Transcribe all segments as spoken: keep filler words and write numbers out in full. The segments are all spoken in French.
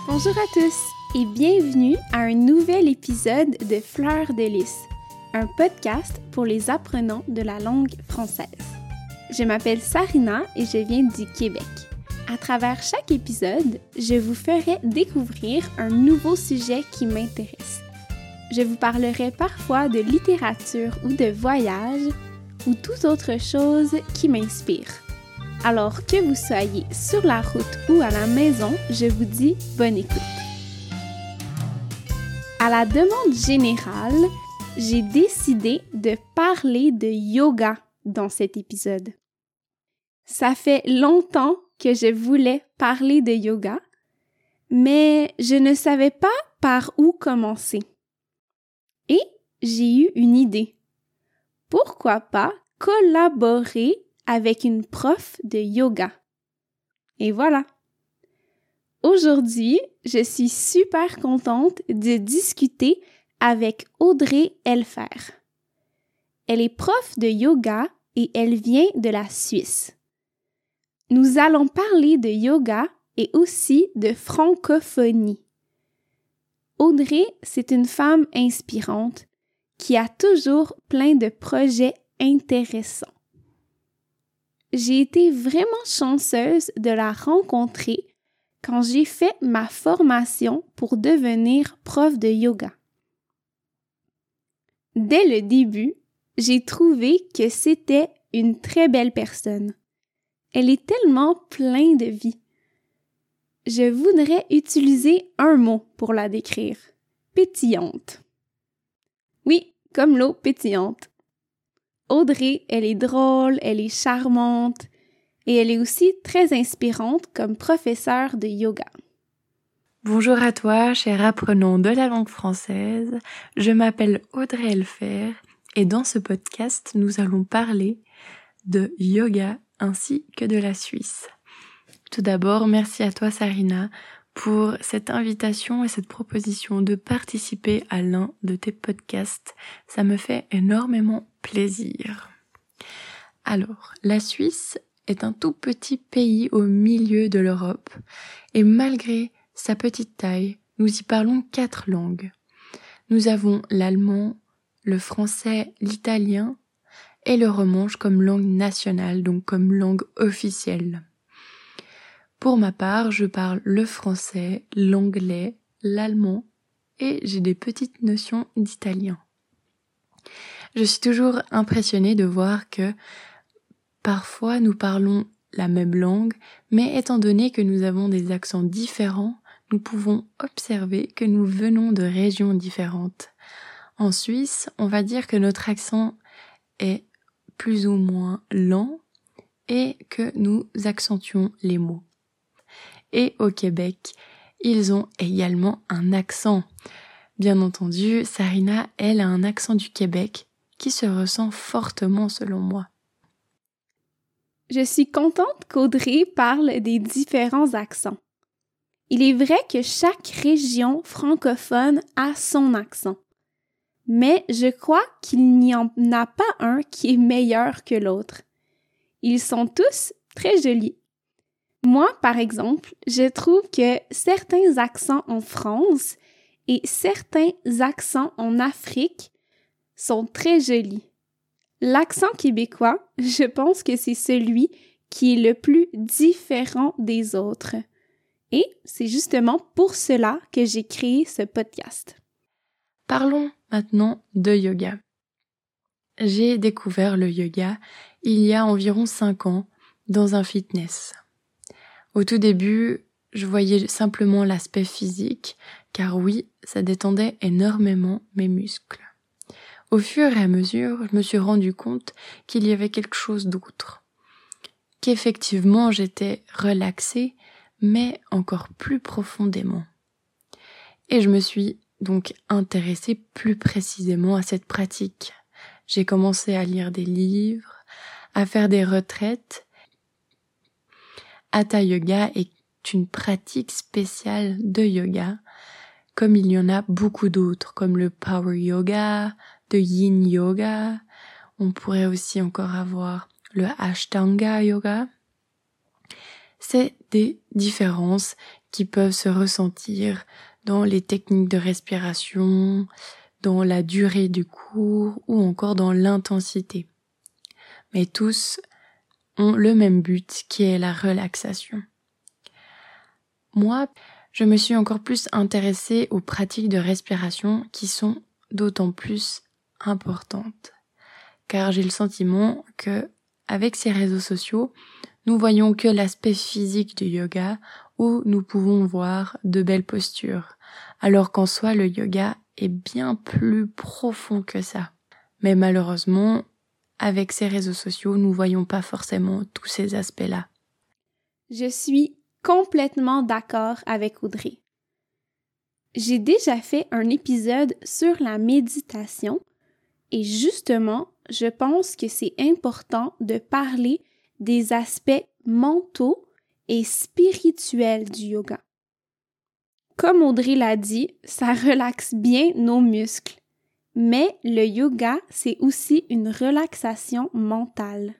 Bonjour à tous et bienvenue à un nouvel épisode de Fleurs de Lys, un podcast pour les apprenants de la langue française. Je m'appelle Sarina et je viens du Québec. À travers chaque épisode, je vous ferai découvrir un nouveau sujet qui m'intéresse. Je vous parlerai parfois de littérature ou de voyage ou toute autre chose qui m'inspire. Alors que vous soyez sur la route ou à la maison, je vous dis bonne écoute. À la demande générale, j'ai décidé de parler de yoga dans cet épisode. Ça fait longtemps que je voulais parler de yoga, mais je ne savais pas par où commencer. Et j'ai eu une idée. Pourquoi pas collaborer avec une prof de yoga? Et voilà! Aujourd'hui, je suis super contente de discuter avec Audrey Helfer. Elle est prof de yoga et elle vient de la Suisse. Nous allons parler de yoga et aussi de francophonie. Audrey, c'est une femme inspirante qui a toujours plein de projets intéressants. J'ai été vraiment chanceuse de la rencontrer quand j'ai fait ma formation pour devenir prof de yoga. Dès le début, j'ai trouvé que c'était une très belle personne. Elle est tellement pleine de vie. Je voudrais utiliser un mot pour la décrire. Pétillante. Oui, comme l'eau pétillante. Audrey, elle est drôle, elle est charmante et elle est aussi très inspirante comme professeure de yoga. Bonjour à toi, cher apprenant de la langue française. Je m'appelle Audrey Helfer et dans ce podcast, nous allons parler de yoga ainsi que de la Suisse. Tout d'abord, merci à toi Sarina pour cette invitation et cette proposition de participer à l'un de tes podcasts. Ça me fait énormément plaisir. Alors, la Suisse est un tout petit pays au milieu de l'Europe et malgré sa petite taille, nous y parlons quatre langues. Nous avons l'allemand, le français, l'italien et le romanche comme langue nationale, donc comme langue officielle. Pour ma part, je parle le français, l'anglais, l'allemand et j'ai des petites notions d'italien. Je suis toujours impressionnée de voir que parfois nous parlons la même langue, mais étant donné que nous avons des accents différents, nous pouvons observer que nous venons de régions différentes. En Suisse, on va dire que notre accent est plus ou moins lent et que nous accentuons les mots. Et au Québec, ils ont également un accent. Bien entendu, Sarina, elle a un accent du Québec qui se ressent fortement selon moi. Je suis contente qu'Audrey parle des différents accents. Il est vrai que chaque région francophone a son accent. Mais je crois qu'il n'y en a pas un qui est meilleur que l'autre. Ils sont tous très jolis. Moi, par exemple, je trouve que certains accents en France et certains accents en Afrique sont très jolis. L'accent québécois, je pense que c'est celui qui est le plus différent des autres. Et c'est justement pour cela que j'ai créé ce podcast. Parlons maintenant de yoga. J'ai découvert le yoga il y a environ cinq ans dans un fitness. Au tout début, je voyais simplement l'aspect physique, car oui, ça détendait énormément mes muscles. Au fur et à mesure, je me suis rendu compte qu'il y avait quelque chose d'autre. Qu'effectivement, j'étais relaxée, mais encore plus profondément. Et je me suis donc intéressée plus précisément à cette pratique. J'ai commencé à lire des livres, à faire des retraites. Hatha Yoga est une pratique spéciale de yoga, comme il y en a beaucoup d'autres, comme le Power Yoga, le Yin Yoga. On pourrait aussi encore avoir le Ashtanga Yoga. C'est des différences qui peuvent se ressentir dans les techniques de respiration, dans la durée du cours ou encore dans l'intensité. Mais tous ont le même but qui est la relaxation. Moi, je me suis encore plus intéressée aux pratiques de respiration qui sont d'autant plus importantes. Car j'ai le sentiment que, avec ces réseaux sociaux, nous voyons que l'aspect physique du yoga où nous pouvons voir de belles postures, alors qu'en soi le yoga est bien plus profond que ça. Mais malheureusement, avec ces réseaux sociaux, nous voyons pas forcément tous ces aspects-là. Je suis complètement d'accord avec Audrey. J'ai déjà fait un épisode sur la méditation et justement, je pense que c'est important de parler des aspects mentaux et spirituels du yoga. Comme Audrey l'a dit, ça relaxe bien nos muscles, mais le yoga, c'est aussi une relaxation mentale.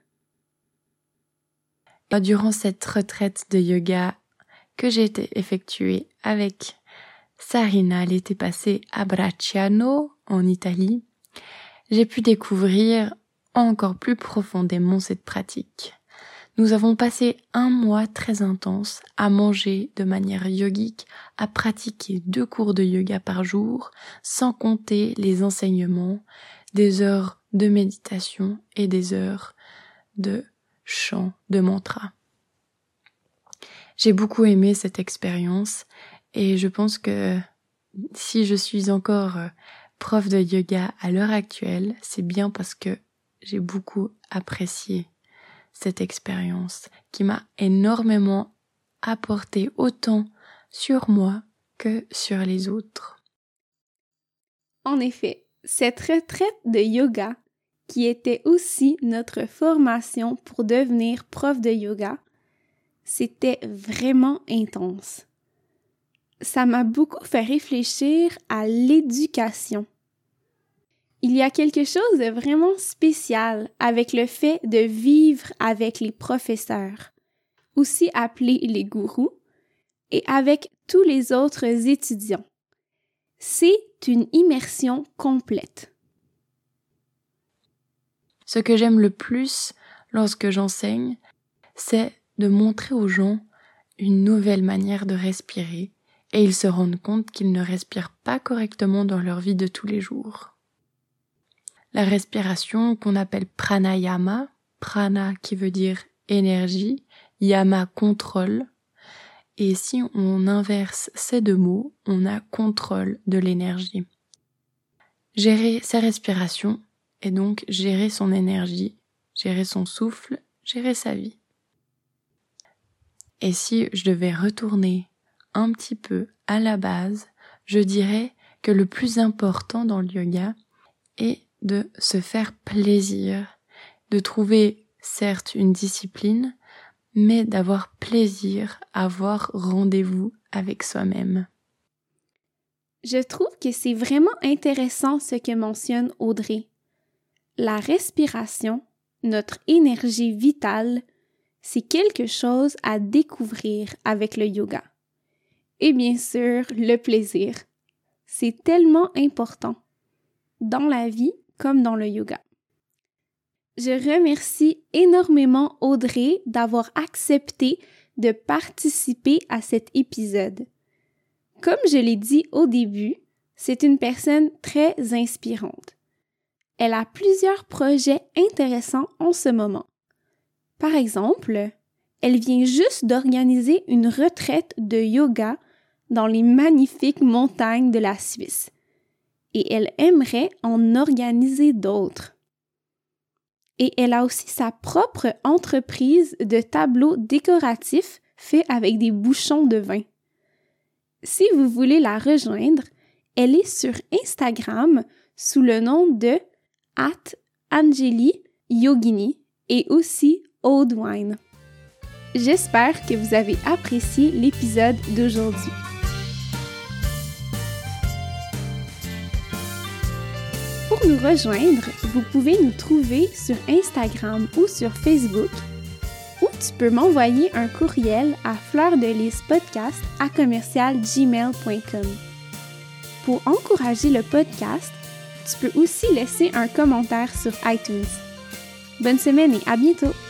Durant cette retraite de yoga que j'ai été effectuée avec Sarina l'été passé à Bracciano, en Italie, j'ai pu découvrir encore plus profondément cette pratique. Nous avons passé un mois très intense à manger de manière yogique, à pratiquer deux cours de yoga par jour, sans compter les enseignements, des heures de méditation et des heures de chant, de mantra. J'ai beaucoup aimé cette expérience et je pense que si je suis encore prof de yoga à l'heure actuelle, c'est bien parce que j'ai beaucoup apprécié cette expérience qui m'a énormément apporté autant sur moi que sur les autres. En effet, cette retraite de yoga, qui était aussi notre formation pour devenir prof de yoga, c'était vraiment intense. Ça m'a beaucoup fait réfléchir à l'éducation. Il y a quelque chose de vraiment spécial avec le fait de vivre avec les professeurs, aussi appelés les gourous, et avec tous les autres étudiants. C'est une immersion complète. Ce que j'aime le plus lorsque j'enseigne, c'est de montrer aux gens une nouvelle manière de respirer et ils se rendent compte qu'ils ne respirent pas correctement dans leur vie de tous les jours. La respiration qu'on appelle pranayama, prana qui veut dire énergie, yama contrôle, et si on inverse ces deux mots, on a contrôle de l'énergie. Gérer sa respiration et donc gérer son énergie, gérer son souffle, gérer sa vie. Et si je devais retourner un petit peu à la base, je dirais que le plus important dans le yoga est de se faire plaisir, de trouver certes une discipline, mais d'avoir plaisir à avoir rendez-vous avec soi-même. Je trouve que c'est vraiment intéressant ce que mentionne Audrey. La respiration, notre énergie vitale, c'est quelque chose à découvrir avec le yoga. Et bien sûr, le plaisir. C'est tellement important, dans la vie comme dans le yoga. Je remercie énormément Audrey d'avoir accepté de participer à cet épisode. Comme je l'ai dit au début, c'est une personne très inspirante. Elle a plusieurs projets intéressants en ce moment. Par exemple, elle vient juste d'organiser une retraite de yoga dans les magnifiques montagnes de la Suisse. Et elle aimerait en organiser d'autres. Et elle a aussi sa propre entreprise de tableaux décoratifs faits avec des bouchons de vin. Si vous voulez la rejoindre, elle est sur Instagram sous le nom de at Angeli Yogini et aussi Old Wine. J'espère que vous avez apprécié l'épisode d'aujourd'hui. Pour nous rejoindre, vous pouvez nous trouver sur Instagram ou sur Facebook ou tu peux m'envoyer un courriel à fleurdelispodcast à commercial gmail point com. Pour encourager le podcast, tu peux aussi laisser un commentaire sur iTunes. Bonne semaine et à bientôt!